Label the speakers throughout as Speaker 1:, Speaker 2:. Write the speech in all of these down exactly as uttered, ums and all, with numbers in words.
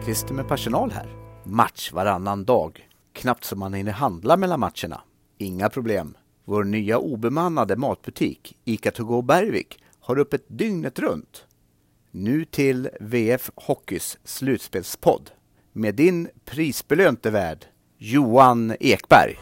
Speaker 1: Christer med personal här. Match varannan dag. Knappt som man hinner handla mellan matcherna. Inga problem. Vår nya obemannade matbutik Ica to go Bergvik har öppet dygnet runt. Nu till V F Hockeys slutspelspodd med din prisbelönte värd Johan Ekberg.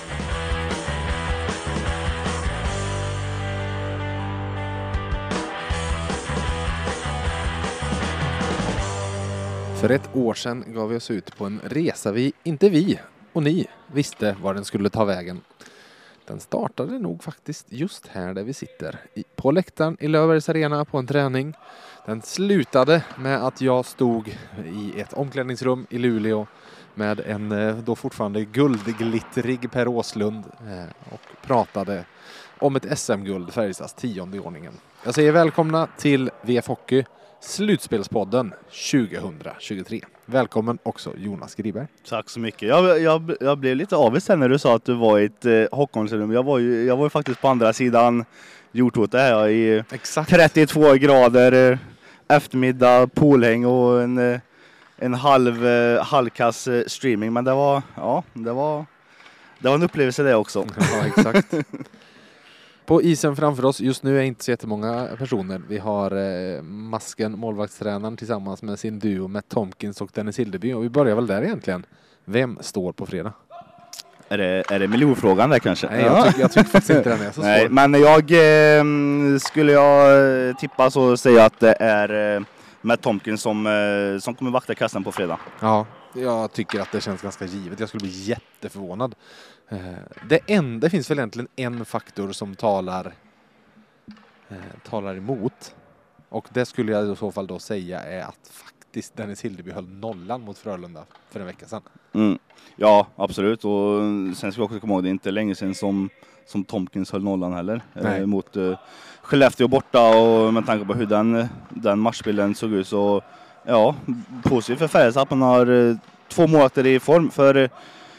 Speaker 2: För ett år sedan gav vi oss ut på en resa vi, inte vi och ni, visste var den skulle ta vägen. Den startade nog faktiskt just här där vi sitter. I, på läktaren i Löfbergs Arena på en träning. Den slutade med att jag stod i ett omklädningsrum i Luleå med en då fortfarande guldglittrig Per Åslund eh, och pratade om ett S M-guld, Färjestads tionde i ordningen. Jag säger välkomna till V F Hockey Slutspelspodden tjugohundratjugotre. Välkommen också Jonas Griberg.
Speaker 3: Tack så mycket. Jag, jag, jag blev lite avis när du sa att du var i ett eh, hockeyomklädningsrum. Jag var ju jag var ju faktiskt på andra sidan jordklotet här i Exakt. trettiotvå grader eh, eftermiddag, poolhäng och en eh, en halv eh, halvkass eh, streaming, men det var ja, det var det var en upplevelse det också.
Speaker 2: Ja, exakt. På isen framför oss just nu är inte så jättemånga personer. Vi har eh, Masken, målvaktstränaren, tillsammans med sin duo med Tomkins och Dennis Hildeby. Och vi börjar väl där egentligen. Vem står på fredag?
Speaker 3: Är det, är det miljonfrågan där kanske?
Speaker 2: Nej, jag, tycker, jag tycker faktiskt inte den är så
Speaker 3: Nej,
Speaker 2: svår.
Speaker 3: men jag eh, skulle jag tippa så säga att det är eh, Matt Tomkins som, eh, som kommer vakta kassen på fredag.
Speaker 2: Ja, jag tycker att det känns ganska givet. Jag skulle bli jätteförvånad. Det, en, det finns väl egentligen en faktor som talar eh, talar emot, och det skulle jag i så fall då säga är att faktiskt Dennis Hildeby höll nollan mot Frölunda för en vecka sedan.
Speaker 3: Mm. Ja, absolut, och sen ska vi också komma ihåg det är inte länge sedan som, som Tomkins höll nollan heller eh, mot eh, Skellefteå borta, och med tanke på hur den, den matchbilden såg ut så ja, positivt för Färjestad att man har eh, två månader i form, för eh,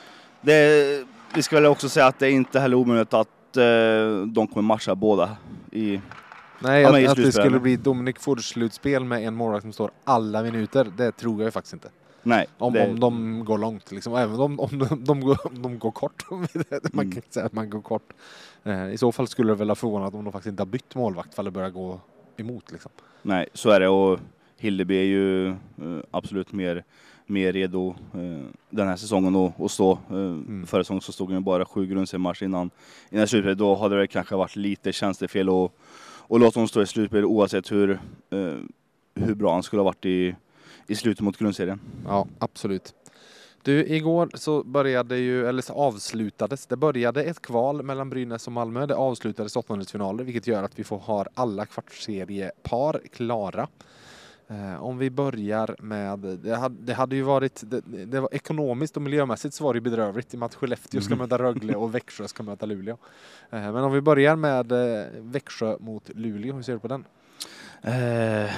Speaker 3: det vi ska väl också säga att det är inte heller omöjligt att eh, de kommer matcha båda i
Speaker 2: Nej, att, att det skulle bli Dominik Ford-slutspel med en målvakt som står alla minuter, det tror jag faktiskt inte.
Speaker 3: Nej.
Speaker 2: Om,
Speaker 3: det...
Speaker 2: om de går långt, liksom. Även om, om de, de, går, om de går kort. Man kan
Speaker 3: mm.
Speaker 2: inte säga att man går kort. Eh, I så fall skulle det väl ha förvånat om de faktiskt inte har bytt målvakt för att börja gå emot. Liksom.
Speaker 3: Nej, så är det. Och Hildeby är ju uh, absolut mer... mer redo eh, den här säsongen att, att stå. Eh, mm. Förra säsongen så stod han bara sju grundseriematch innan, innan slutspelet. Då hade det kanske varit lite tjänstefel och, och låta honom stå i slutspel oavsett hur, eh, hur bra han skulle ha varit i, i slutet mot grundserien.
Speaker 2: Ja, absolut. Du, igår så började ju, eller så avslutades, det började ett kval mellan Brynäs och Malmö. Det avslutades åttondelsfinaler, vilket gör att vi får ha alla kvartseriepar klara. Eh, om vi börjar med, det hade, det hade ju varit, det, det var ekonomiskt och miljömässigt så var det bedrövligt i och med att Skellefteå ska möta Rögle och Växjö ska möta Luleå. Eh, men om vi börjar med eh, Växjö mot Luleå, hur ser du på den?
Speaker 3: Eh,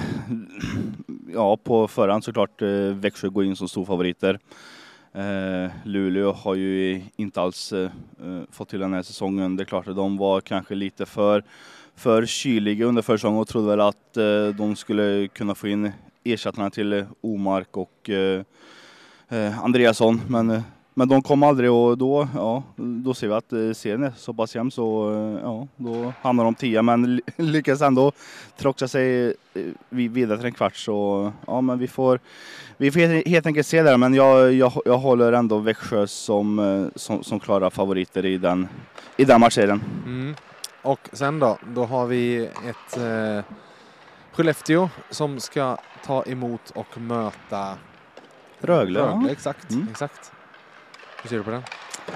Speaker 3: ja, på förhand såklart eh, Växjö går in som stor favoriter. Eh, Luleå har ju inte alls eh, fått till den här säsongen. Det är klart att de var kanske lite för för kyliga under försäsongen och trodde väl att eh, de skulle kunna få in ersättarna till eh, Omark och eh, eh, Andreasson, men, eh, men de kom aldrig, och då, ja, då ser vi att eh, serien är så pass jämn så eh, ja, då hamnar de tia, men lyckas ändå troxa sig eh, vidare till en kvart, så ja, men vi får vi får helt enkelt se där, men jag, jag, jag håller ändå Växjö som, eh, som, som klara favoriter i den, i den matchserien.
Speaker 2: Mm. Och sen då, då har vi ett eh, Skellefteå som ska ta emot och möta
Speaker 3: Rögle.
Speaker 2: Rögle,
Speaker 3: Ja.
Speaker 2: exakt,
Speaker 3: Mm.
Speaker 2: exakt. Hur ser du på den?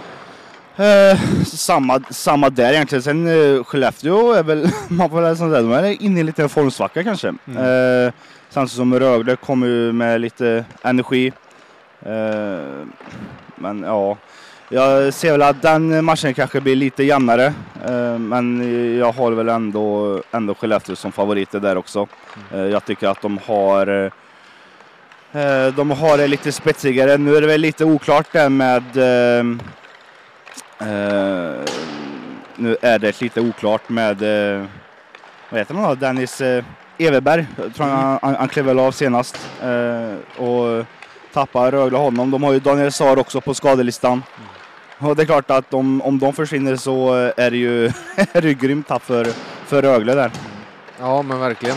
Speaker 3: Eh, samma, samma där egentligen. Sen eh, Skellefteå är väl, man får väl säga, de är inne i en liten formsvacka kanske. Mm. Eh, samtidigt som Rögle kommer ju med lite energi. Eh, men ja... Jag ser väl att den matchen kanske blir lite jämnare, eh, men jag håller väl ändå, ändå Skellefteå som favoriter där också. Eh, jag tycker att de har, eh, de har det lite spetsigare. Nu är det väl lite oklart där med... Eh, eh, nu är det lite oklart med... Eh, vad heter han då? Dennis eh, Everberg. Jag tror han, han, han klev väl av senast. Eh, och tappar Rögle honom. De har ju Daniel Saar också på skadelistan. Mm. Och det är klart att om, om de försvinner så är det ju är det grymt tapp för, för Rögle där.
Speaker 2: Ja, men verkligen.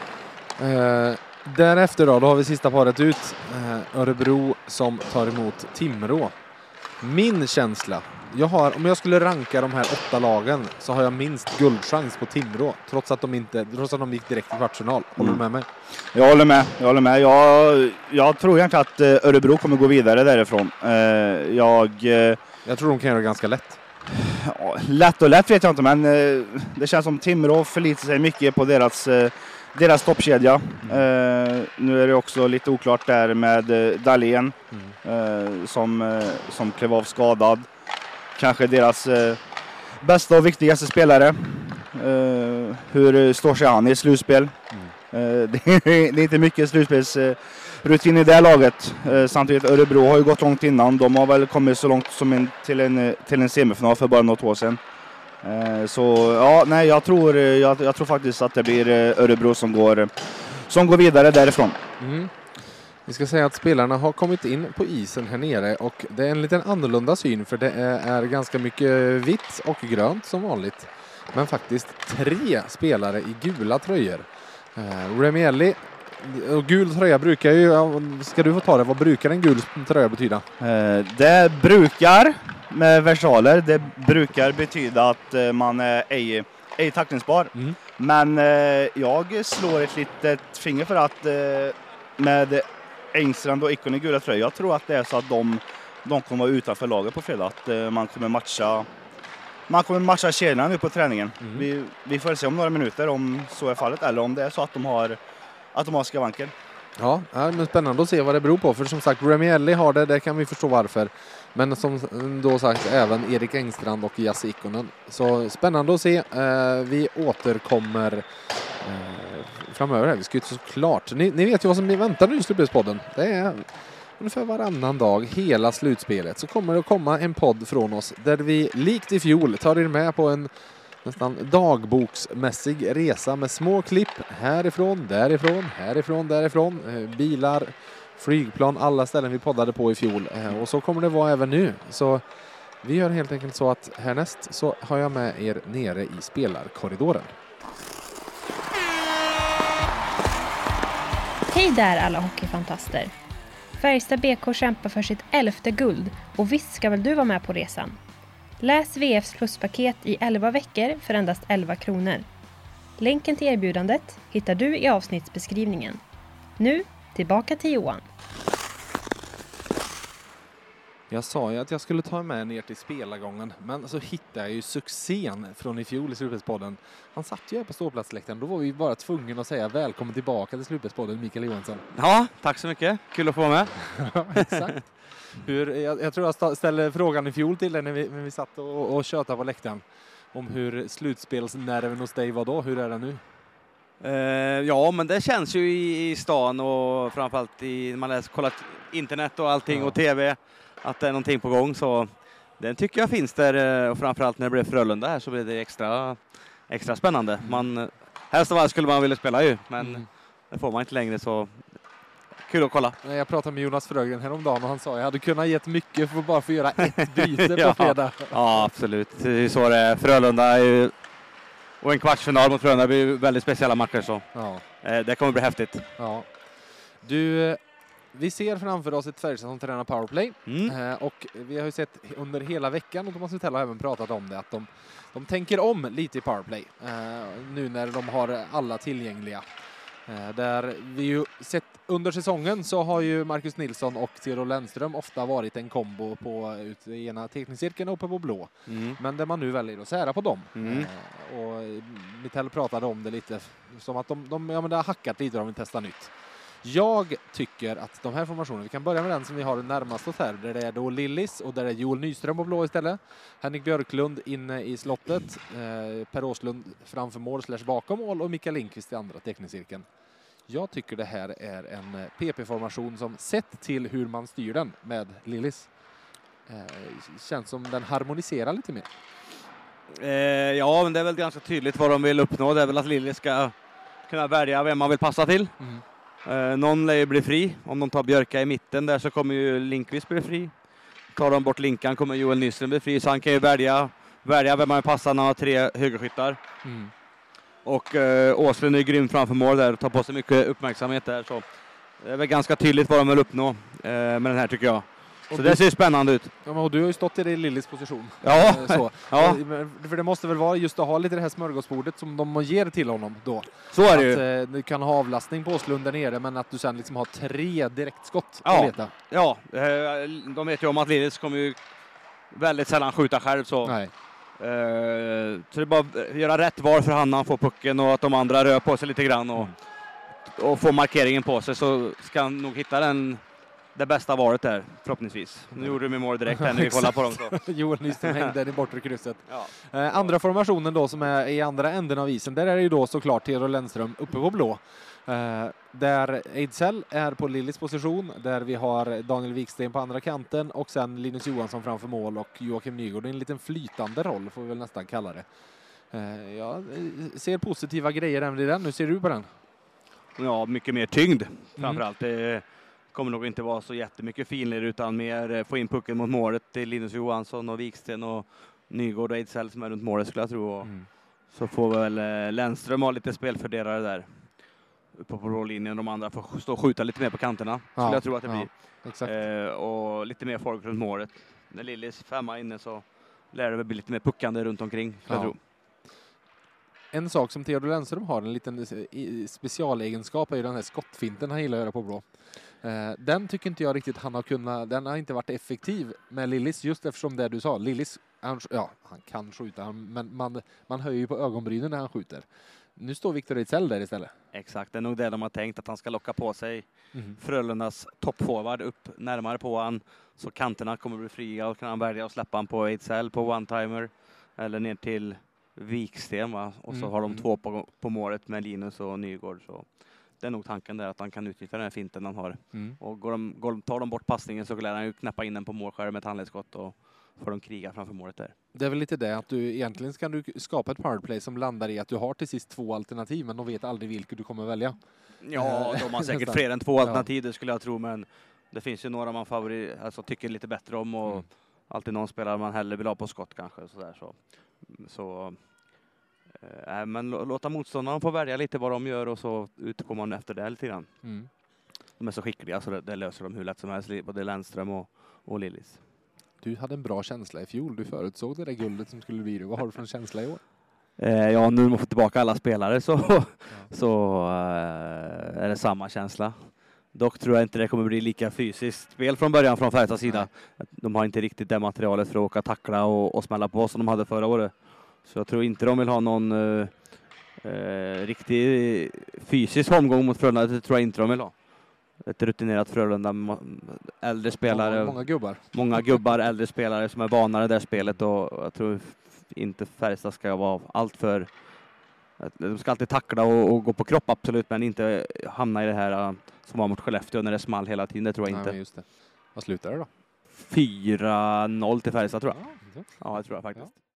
Speaker 2: Eh, därefter då, då har vi sista paret ut. Eh, Örebro som tar emot Timrå. Min känsla, jag har, om jag skulle ranka de här åtta lagen så har jag minst guldchans på Timrå. Trots att de, inte, trots att de gick direkt till kvartsfinal. Håller
Speaker 3: Mm.
Speaker 2: du med mig?
Speaker 3: Jag håller med. Jag, håller med. Jag, jag tror egentligen att eh, Örebro kommer gå vidare därifrån. Eh, jag... Eh,
Speaker 2: Jag tror de kan göra det ganska lätt.
Speaker 3: Ja, lätt och lätt vet jag inte, men eh, det känns som Timrå förlitar sig mycket på deras, eh, deras toppkedja. Eh, nu är det också lite oklart där med eh, Dahlén mm. eh, som, eh, som klev av skadad. Kanske deras eh, bästa och viktigaste spelare. Eh, hur står sig han i slutspel? Mm. Eh, det, är, det är inte mycket slutspels... Eh, rutin i det laget. Eh, samtidigt Örebro har ju gått långt innan. De har väl kommit så långt som en, till, en, till en semifinal för bara något år sedan. Eh, så ja, nej, jag tror, jag, jag tror faktiskt att det blir Örebro som går, som går vidare därifrån.
Speaker 2: Mm. Vi ska säga att spelarna har kommit in på isen här nere och det är en liten annorlunda syn för det är, är ganska mycket vitt och grönt som vanligt. Men faktiskt tre spelare i gula tröjor. Eh, Remielli och gul tröja brukar ju, ska du få ta det, vad brukar en gul tröja betyda?
Speaker 3: Eh, det brukar, med versaler, det brukar betyda att eh, man är ej, ej tacklingsbar. Mm. Men eh, jag slår ett litet finger för att eh, med Engstrand och Ikon i gula tröja, jag tror att det är så att de, de kommer vara utanför laget på fredag. Att eh, man kommer matcha man kommer matcha kedjan nu på träningen. Mm. Vi, vi får se om några minuter om så är fallet eller om det är så att de har att de har skavanker.
Speaker 2: Ja, men spännande att se vad det beror på. För som sagt, Remielli har det, det kan vi förstå varför. Men som då sagt, även Erik Engstrand och Jasse Ikonen. Så spännande att se. Eh, vi återkommer eh, framöver här. Vi ska ju såklart. Ni, ni vet ju vad som väntar nu i Slutspelspodden. Det är ungefär varannan dag, hela slutspelet. Så kommer det att komma en podd från oss där vi likt i fjol tar er med på en nästan dagboksmässig resa med små klipp härifrån, därifrån, härifrån, därifrån. Eh, bilar, flygplan, alla ställen vi poddade på i fjol. Eh, och så kommer det vara även nu. Så vi gör helt enkelt så att härnäst så har jag med er nere i spelarkorridoren.
Speaker 4: Hej där alla hockeyfantaster. Färjestad B K kämpar för sitt elfte guld och visst ska väl du vara med på resan. Läs V F:s pluspaket i elva veckor för endast elva kronor. Länken till erbjudandet hittar du i avsnittsbeskrivningen. Nu, tillbaka till Johan.
Speaker 2: Jag sa ju att jag skulle ta med ner till spelargången, men så hittade jag ju succén från i fjol i Slutspelspodden. Han satt ju här på ståplatsläktaren, då var vi bara tvungna att säga välkommen tillbaka till Slutspelspodden, Mikael Johansson.
Speaker 5: Ja, tack så mycket. Kul att få vara med.
Speaker 2: Ja, exakt. Hur, jag, jag tror jag ställde frågan i fjol till dig när vi, när vi satt och, och tjötade på läktaren. Om hur slutspelsnerven hos dig var då. Hur är det nu?
Speaker 5: Uh, ja, men det känns ju i, i stan och framförallt i, när man har kollat internet och allting ja. och tv att det är någonting på gång. Så den tycker jag finns där och framförallt när det blev Frölunda här så blir det extra, extra spännande. Mm. Man, helst av allt skulle man vilja spela ju, men mm. det får man inte längre så... Kul att kolla.
Speaker 2: Jag pratade med Jonas Frögren häromdagen och han sa att jag hade kunnat gett mycket för att bara få göra ett byte
Speaker 5: ja,
Speaker 2: på fredag.
Speaker 5: Ja, absolut. Det är så det är. Frölunda är ju, och en kvartsfinal mot Frölunda blir ju väldigt speciella matcher. Så. Ja. Det kommer bli häftigt.
Speaker 2: Ja. Du, vi ser framför oss ett Färjestad som tränar powerplay. Mm. Och vi har ju sett under hela veckan, och Thomas Wittell har även pratat om det, att de, de tänker om lite i powerplay. Nu när de har alla tillgängliga. Där vi ju sett under säsongen så har ju Marcus Nilsson och Theodor Lennström ofta varit en kombo på ut i ena teckningscirkeln uppe på blå. Mm. Men där man nu väljer att sära på dem. Mm. Eh, och Wittell pratade om det lite som att de, de ja, men det har hackat lite och de vill testa nytt. Jag tycker att de här formationerna, vi kan börja med den som vi har närmast oss här, där det är då Lillis och där är Joel Nyström på blå istället. Henrik Björklund inne i slottet, eh, Per Åslund framför mål slash bakom mål och Mikael Lindqvist i andra teckningscirkeln. Jag tycker det här är en P P-formation som sett till hur man styr den med Lillis eh, känns som den harmoniserar lite mer.
Speaker 5: Eh, ja, men det är väl ganska tydligt vad de vill uppnå. Det är väl att Lillis ska kunna välja vem man vill passa till. Mm. Eh, någon lär ju bli fri. Om de tar Björka i mitten där så kommer ju Linkvist bli fri. Tar de bort Linkan kommer Joel Nyström bli fri. Så han kan ju välja, välja vem man passar när han har tre högerskyttar. Mm. Och eh, Åslund är grym framför mål där och tar på sig mycket uppmärksamhet där. Så det är väl ganska tydligt vad de vill uppnå eh, med den här tycker jag. Så det ser spännande ut.
Speaker 2: Ja, och du har ju stått i det Lillis position.
Speaker 5: Ja.
Speaker 2: Så.
Speaker 5: Ja.
Speaker 2: För det måste väl vara just att ha lite det här smörgåsbordet som de ger till honom då.
Speaker 5: Så är det
Speaker 2: att,
Speaker 5: ju.
Speaker 2: Eh, du kan ha avlastning på Åslund där nere men att du sen liksom har tre direktskott.
Speaker 5: Ja,
Speaker 2: veta.
Speaker 5: ja. Eh, de vet ju om att Lillis kommer ju väldigt sällan skjuta själv. Så.
Speaker 2: Nej.
Speaker 5: Eh, så det är bara att göra rätt var för han när han får pucken och att de andra rör på sig lite grann och, mm. och får markeringen på sig så ska han nog hitta den det bästa valet där, förhoppningsvis. Nu gjorde de mål direkt här när vi kollar på dem. Så.
Speaker 2: Joel Nyström hängde i bortre krysset.
Speaker 5: Ja.
Speaker 2: Eh, andra formationen då som är i andra änden av isen, där är det ju då såklart Theodor Lennström uppe på blå. Eh, där Ejdsell är på Lillis position, där vi har Daniel Wiksten på andra kanten och sen Linus Johansson framför mål och Joakim Nygård. En liten flytande roll får vi väl nästan kalla det. Eh, jag ser positiva grejer även i den. Hur ser du på den?
Speaker 5: Ja, mycket mer tyngd framförallt. Mm. Det kommer nog inte vara så jättemycket finlir utan mer få in pucken mot målet till Linus Johansson och Wiksten och Nygård och Ejdsell som är runt målet skulle jag tro. Mm. Så får väl eh, Lennström ha lite spelfördelare där uppe på blålinjen. De andra får stå och skjuta lite mer på kanterna skulle ja, jag tro att det blir.
Speaker 2: Ja, exakt.
Speaker 5: Eh, och lite mer folk runt målet. När Lillis femma inne så lär det väl bli lite mer puckande runt omkring skulle ja. jag tro.
Speaker 2: En sak som Theodor Lennström har, en liten specialegenskap, är ju den här skottfinten han gillar att göra på blå. Eh, den tycker inte jag riktigt han har kunnat, den har inte varit effektiv med Lillis just eftersom det du sa. Lillis, han, ja, han kan skjuta, men man, man höjer ju på ögonbrynen när han skjuter. Nu står Victor Ejdsell där istället.
Speaker 5: Exakt, det är nog det de har tänkt, att han ska locka på sig mm. Frölundas toppforward upp närmare på han. Så kanterna kommer bli fria och kan han välja att släppa han på Ejdsell på one-timer eller ner till Wiksten, va? Och så mm. har de mm. två på, på målet med Linus och Nygård. Så det är nog tanken där att han kan utnyttja den här finten han har. Mm. Och går de, går, tar de bort passningen så lär han ju knäppa in den på målskärm med ett handledsskott och får de kriga framför målet där.
Speaker 2: Det är väl lite det att du egentligen kan du skapa ett powerplay som landar i att du har till sist två alternativ men de vet aldrig vilket du kommer välja.
Speaker 5: Ja, de har säkert fler än två alternativ, det skulle jag tro, men det finns ju några man favorit, alltså tycker lite bättre om och mm. alltid någon spelare man hellre vill ha på skott kanske och sådär så. Så äh, men låta motståndarna få välja lite vad de gör och så utgår man efter det lite grann. Mm. De är så skickliga så det, det löser de hur lätt som helst, både Lennström och, och Lillis.
Speaker 2: Du hade en bra känsla i fjol. Du förutsåg det där guldet som skulle bli det. Vad har du för en känsla i år?
Speaker 5: Eh, ja, nu när man får tillbaka alla spelare så, ja. så eh, är det samma känsla. Dock tror jag inte det kommer bli lika fysiskt spel från början från Färjestads sida. De har inte riktigt det materialet för att åka tackla och, och smälla på som de hade förra året. Så jag tror inte de vill ha någon eh, eh, riktig fysisk omgång mot Frölunda. Det tror jag inte de vill ha. Ett rutinerat Frölunda, äldre spelare.
Speaker 2: Många, många gubbar.
Speaker 5: Många gubbar, äldre spelare som är vanare där spelet och jag tror inte Färjestad ska vara allt för. De ska alltid tackla och, och gå på kropp absolut, men inte hamna i det här som var mot Skellefteå när det small hela tiden, det tror jag
Speaker 2: Nej,
Speaker 5: inte.
Speaker 2: Men just det. Vad slutar det då?
Speaker 5: fyra noll till Färjestad tror jag. Ja, ja, det tror jag faktiskt. Ja.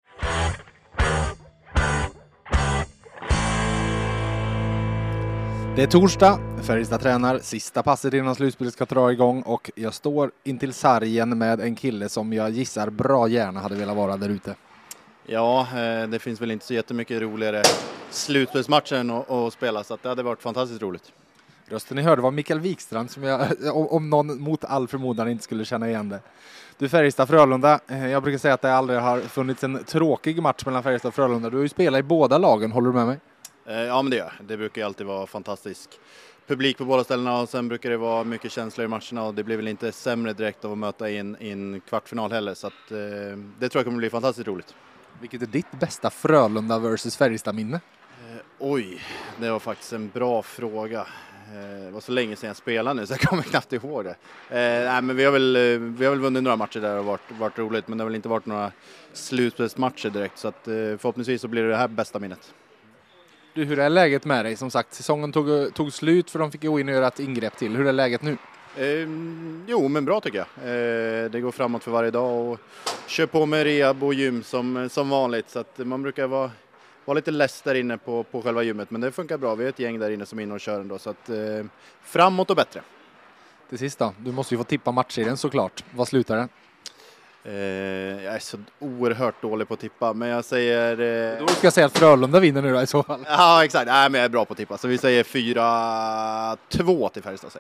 Speaker 2: Det är torsdag, Färjestad tränar, sista passet innan slutspelet ska dra igång och jag står intill sargen med en kille som jag gissar bra gärna hade velat vara där ute.
Speaker 6: Ja, det finns väl inte så jättemycket roligare slutspelsmatchen att spela så att det hade varit fantastiskt roligt.
Speaker 2: Rösten ni hörde var Mikael Wikstrand som jag, om någon mot all förmodan inte skulle känna igen det. Du Färjestad Frölunda, jag brukar säga att det aldrig har funnits en tråkig match mellan Färjestad och Frölunda. Du har ju spelat i båda lagen, håller du med mig?
Speaker 6: Ja, men det gör Det brukar ju alltid vara fantastisk publik på båda ställena och sen brukar det vara mycket känslor i matcherna och det blir väl inte sämre direkt av att möta in i en kvartsfinal heller så att, eh, det tror jag kommer bli fantastiskt roligt.
Speaker 2: Vilket är ditt bästa Frölunda versus Färjestad-minne?
Speaker 6: Eh, oj, det var faktiskt en bra fråga. Eh, det var så länge sedan jag spelade nu så jag kommer knappt ihåg det. Eh, nej, men vi har, väl, vi har väl vunnit några matcher där och varit, varit roligt men det har väl inte varit några slutspelsmatcher direkt så att, eh, förhoppningsvis så blir det det här bästa minnet.
Speaker 2: Du, hur är läget med dig? Som sagt, säsongen tog, tog slut för de fick gå in och göra ett ingrepp till. Hur är läget nu?
Speaker 6: Eh, jo, men bra tycker jag. Eh, det går framåt för varje dag och kör på med rehab och gym som, som vanligt. Så att man brukar vara, var lite less där inne på, på själva gymmet, men det funkar bra. Vi är ett gäng där inne som är inne och kör ändå, så att eh, framåt och bättre.
Speaker 2: Till sist då, du måste ju få tippa matchen såklart. Vad slutar den?
Speaker 6: Eh, jag är så oerhört dålig på att tippa, men jag säger... Eh...
Speaker 2: Då ska jag säga att Frölunda vinner nu då i så fall.
Speaker 6: Ja, exakt. Nej, men jag är bra på att tippa, så vi säger fyra två till Färjestad.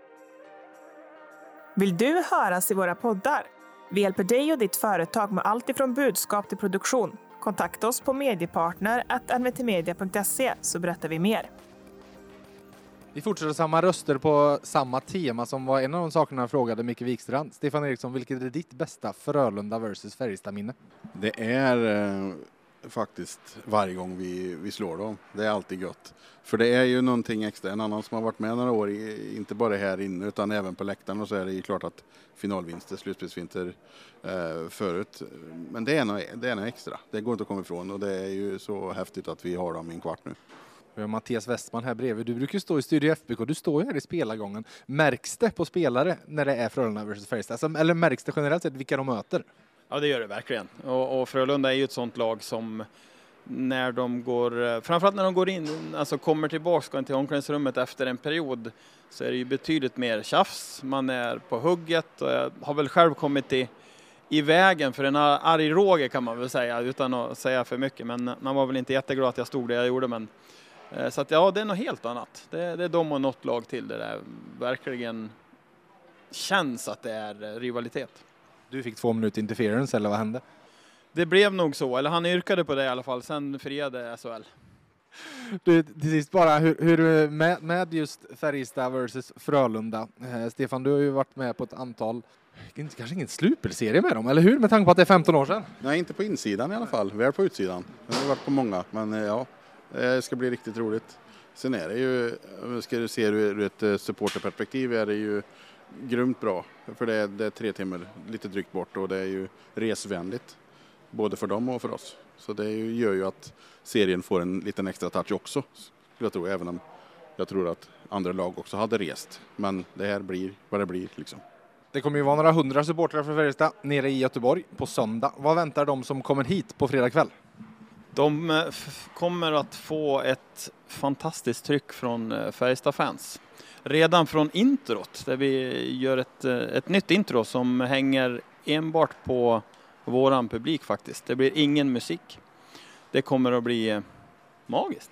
Speaker 7: Vill du höras i våra poddar? Vi hjälper dig och ditt företag med allt ifrån budskap till produktion. Kontakta oss på mediepartner at n v t media punkt se så berättar vi mer.
Speaker 2: Vi fortsätter samma röster på samma tema som var en av de sakerna jag frågade Micke Wikstrand. Stefan Eriksson, vilket är ditt bästa Frölunda versus Färjestad-minne?
Speaker 8: Det är eh, faktiskt varje gång vi, vi slår dem. Det är alltid gott. För det är ju någonting extra. En annan som har varit med några år, i, inte bara här inne utan även på läktaren, och så är det ju klart att finalvinster, slutspelsvinster eh, förut. Men det är, något, det är något extra. Det går inte att komma ifrån, och det är ju så häftigt att vi har dem i en kvart nu.
Speaker 2: Vi har Mattias Westman här bredvid. Du brukar stå i Studio F B K. Du står ju här i spelargången. Märks det på spelare när det är Frölunda versus Färjestad? Alltså, eller märks det generellt sett vilka de möter?
Speaker 9: Ja, det gör det verkligen. Och, och Frölunda är ju ett sånt lag som när de går, framförallt när de går in, alltså kommer tillbaka till omklädningsrummet efter en period, så är det ju betydligt mer tjafs. Man är på hugget, och jag har väl själv kommit i, i vägen för en arg Roger, kan man väl säga, utan att säga för mycket. Men man var väl inte jätteglad att jag stod där jag gjorde, men så att ja, det är något helt annat. Det, det är de och något lag till det där verkligen känns att det är rivalitet.
Speaker 2: Du fick två minuter interference, eller vad hände?
Speaker 9: Det blev nog så, eller han yrkade på det i alla fall, sen friade S H L.
Speaker 2: Du, till sist bara, hur, hur med, med just Färjestad versus Frölunda. Eh, Stefan, du har ju varit med på ett antal, kanske ingen slutspelsserie med dem, eller hur? Med tanke på att det är femton år sedan.
Speaker 8: Nej, inte på insidan i alla fall. Vi är på utsidan. Vi har varit på många, men eh, ja, det ska bli riktigt roligt. Sen är det ju, ska du se ur ett supporterperspektiv, är det ju grymt bra. För det är, det är tre timmar, lite drygt bort, och det är ju resvänligt. Både för dem och för oss. Så det gör ju att serien får en liten extra touch också. Jag tror, även om jag tror att andra lag också hade rest. Men det här blir vad det blir liksom.
Speaker 2: Det kommer ju vara några hundra supportrar från Färjestad nere i Göteborg på söndag. Vad väntar de som kommer hit på fredag kväll?
Speaker 9: De f- kommer att få ett fantastiskt tryck från Färjestad-fans. Redan från introt, där vi gör ett, ett nytt intro som hänger enbart på våran publik faktiskt. Det blir ingen musik. Det kommer att bli magiskt.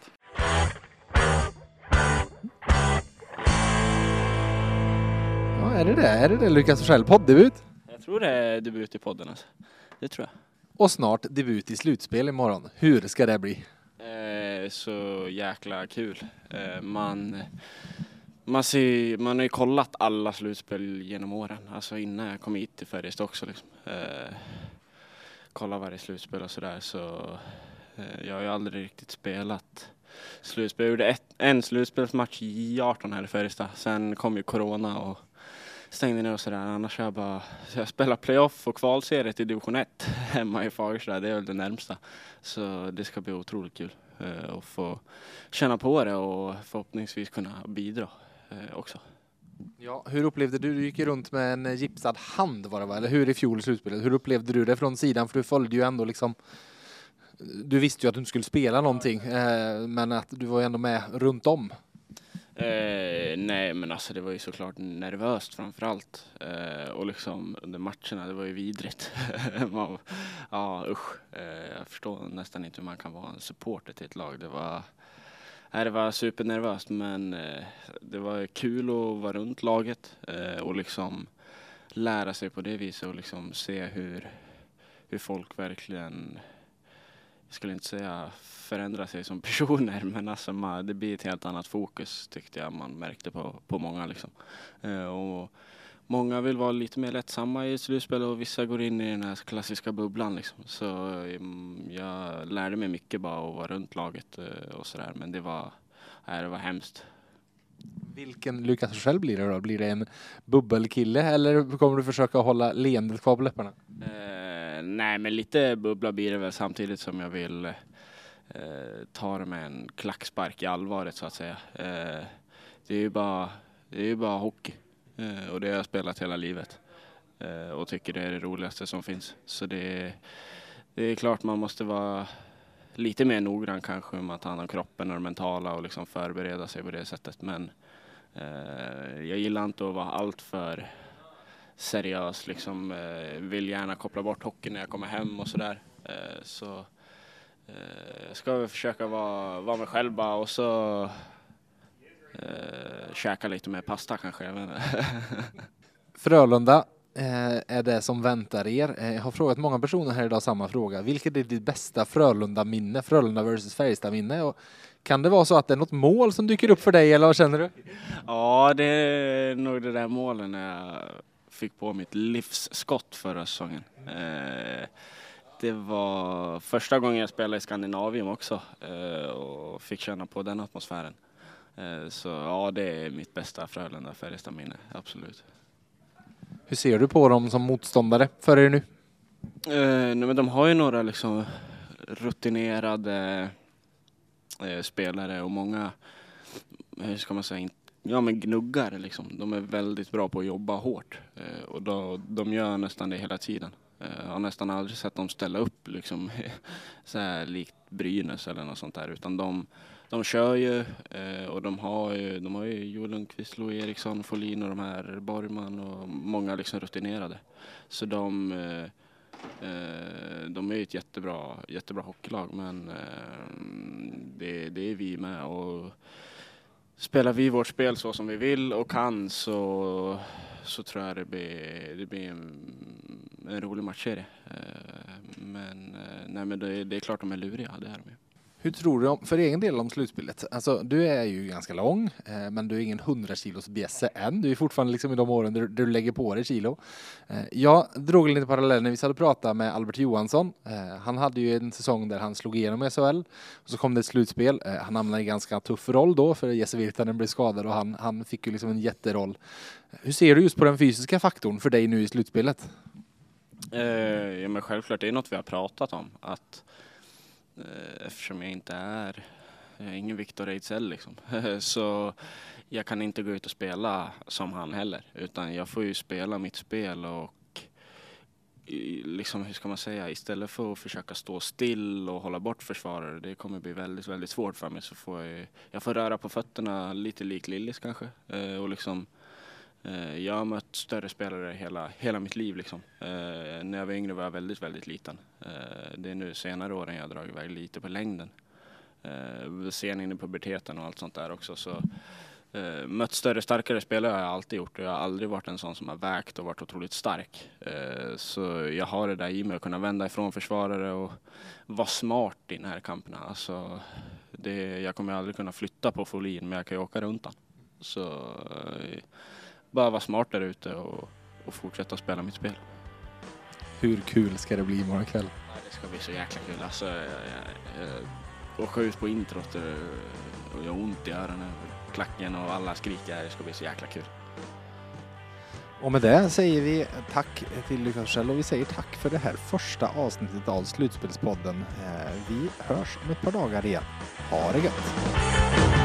Speaker 2: Ja, är det det? Är det det, Lukas Forsell? Poddebut?
Speaker 10: Jag tror det är debut i podden. Alltså. Det tror jag.
Speaker 2: Och snart debut i slutspel imorgon. Hur ska det bli?
Speaker 10: Eh, så jäkla kul. Eh, man, man, ser, man har ju kollat alla slutspel genom åren. Alltså innan jag kom hit till Färjestad också. Liksom. Eh, kolla varje slutspel och sådär. Så eh, jag har ju aldrig riktigt spelat slutspel. Jag gjorde ett, en slutspelsmatch i arton här i Färjestad. Sen kom ju corona och stängde ner och sådär. Annars har jag bara, så jag spelar playoff och kvalserie till division ett hemma i Fagersta. Det är väl det närmsta. Så det ska bli otroligt kul eh, att få känna på det och förhoppningsvis kunna bidra eh, också.
Speaker 2: Ja, hur upplevde du? Du gick ju runt med en gipsad hand, var det va? Eller hur i fjol slutspelet? Hur upplevde du det från sidan? För du följde ju ändå liksom, du visste ju att du inte skulle spela någonting, eh, men att du var ju ändå med runt om.
Speaker 10: Eh, nej, men alltså det var ju såklart nervöst framförallt. Eh, och liksom under matcherna, det var ju vidrigt. man, ja, usch. Eh, jag förstår nästan inte hur man kan vara en supporter till ett lag. Det var, nej, det var supernervöst, men eh, det var kul att vara runt laget eh, och liksom lära sig på det viset och liksom se hur, hur folk verkligen, jag skulle inte säga förändra sig som personer, men alltså man, det blir ett helt annat fokus, tyckte jag man märkte på, på många liksom. Eh, och många vill vara lite mer lättsamma i slutspel och vissa går in i den här klassiska bubblan liksom. Så um, jag lärde mig mycket bara att vara runt laget uh, och sådär, men det var, äh, det var hemskt.
Speaker 2: Vilken Lukas Forsell blir det då? Blir det en bubbelkille eller kommer du försöka hålla leendet kvar på läpparna?
Speaker 10: Uh, nej, men lite bubbla blir det väl, samtidigt som jag vill uh, ta det med en klackspark i allvaret så att säga. Uh, det är ju bara, det är ju bara hockey. Uh, och det har jag spelat hela livet. Uh, och tycker det är det roligaste som finns. Så det, det är klart man måste vara lite mer noggrann kanske med att ta hand om kroppen och det mentala och liksom förbereda sig på det sättet. Men eh, jag gillar inte att vara allt för seriös. Liksom, eh, vill gärna koppla bort hockeyn när jag kommer hem och sådär. Eh, så eh, jag ska väl försöka vara, vara mig själv bara och så eh, käka lite mer pasta kanske. Jag vet inte.
Speaker 2: Frölunda är det som väntar er. Jag har frågat många personer här idag samma fråga. Vilket är ditt bästa Frölunda-minne? Frölunda versus Färjestad-minne? Och kan det vara så att det är något mål som dyker upp för dig, eller vad känner du?
Speaker 10: Ja, det är nog det där målen när jag fick på mitt livsskott förra säsongen. Eh, det var första gången jag spelade i Skandinavium också eh, och fick känna på den atmosfären. Eh, så ja, det är mitt bästa Frölunda-Färjestad-minne, absolut.
Speaker 2: Hur ser du på dem som motståndare för er nu?
Speaker 10: Eh, nej, men de har ju några liksom rutinerade eh, spelare och många, hur ska man säga, ja men gnuggare liksom. De är väldigt bra på att jobba hårt eh, och då, de gör nästan det hela tiden. Eh, jag har nästan aldrig sett dem ställa upp liksom så här likt Brynäs eller något sånt där, utan de De kör ju eh, och de har ju, de har ju Joel Lundqvist, Louis Eriksson, Folin och de här Borgman och många liksom rutinerade. Så de, eh, de är ju ett jättebra, jättebra hockeylag, men eh, det, det är vi med. Och spelar vi vårt spel så som vi vill och kan så, så tror jag det blir, det blir en, en rolig matchserie. Eh, men, nej, men det, det är klart de är luriga, det är de ju.
Speaker 2: Hur tror du om, för egen del om slutspelet? Alltså, du är ju ganska lång, eh, men du är ingen hundra kilos bjässe än. Du är fortfarande liksom i de åren där, där du lägger på dig kilo. Eh, jag drog lite parallell när vi hade pratat med Albert Johansson. Eh, han hade ju en säsong där han slog igenom i S H L. Och så kom det ett slutspel. Eh, han hamnade i en ganska tuff roll då, för Jesse Virtanen blev skadad och han, han fick ju liksom en jätteroll. Hur ser du just på den fysiska faktorn för dig nu i slutspelet?
Speaker 10: Eh, ja, men självklart, det är något vi har pratat om. Att eftersom jag inte är, jag är ingen Victor Ejdsell liksom. Så jag kan inte gå ut och spela som han heller, utan jag får ju spela mitt spel och liksom, hur ska man säga, istället för att försöka stå still och hålla bort försvarare, det kommer bli väldigt, väldigt svårt för mig, så får jag, jag får röra på fötterna lite lik Lillis kanske och liksom jag har mött större spelare hela, hela mitt liv liksom. Eh, när jag var yngre var jag väldigt, väldigt liten. Eh, det är nu senare åren jag har dragit iväg lite på längden. Eh, sen in i puberteten och allt sånt där också. Så, eh, mött större, starkare spelare har jag alltid gjort. Och jag har aldrig varit en sån som har vägt och varit otroligt stark. Eh, så jag har det där i mig att kunna vända ifrån försvarare och vara smart i den här kamperna. Alltså, det, jag kommer aldrig kunna flytta på Folin, men jag kan ju åka runt den. Så... Eh, bara vara smart där ute och, och fortsätta spela mitt spel.
Speaker 2: Hur kul ska det bli imorgon kväll?
Speaker 10: Ja, det ska bli så jäkla kul. Alltså, jag, jag, jag åker ut på introt och jag har ont i öronen, klacken och alla skriker. Det ska bli så jäkla kul.
Speaker 2: Och med det säger vi tack till Lukas Forsell och vi säger tack för det här första avsnittet av Slutspelspodden. Vi hörs om ett par dagar igen. Ha det gött!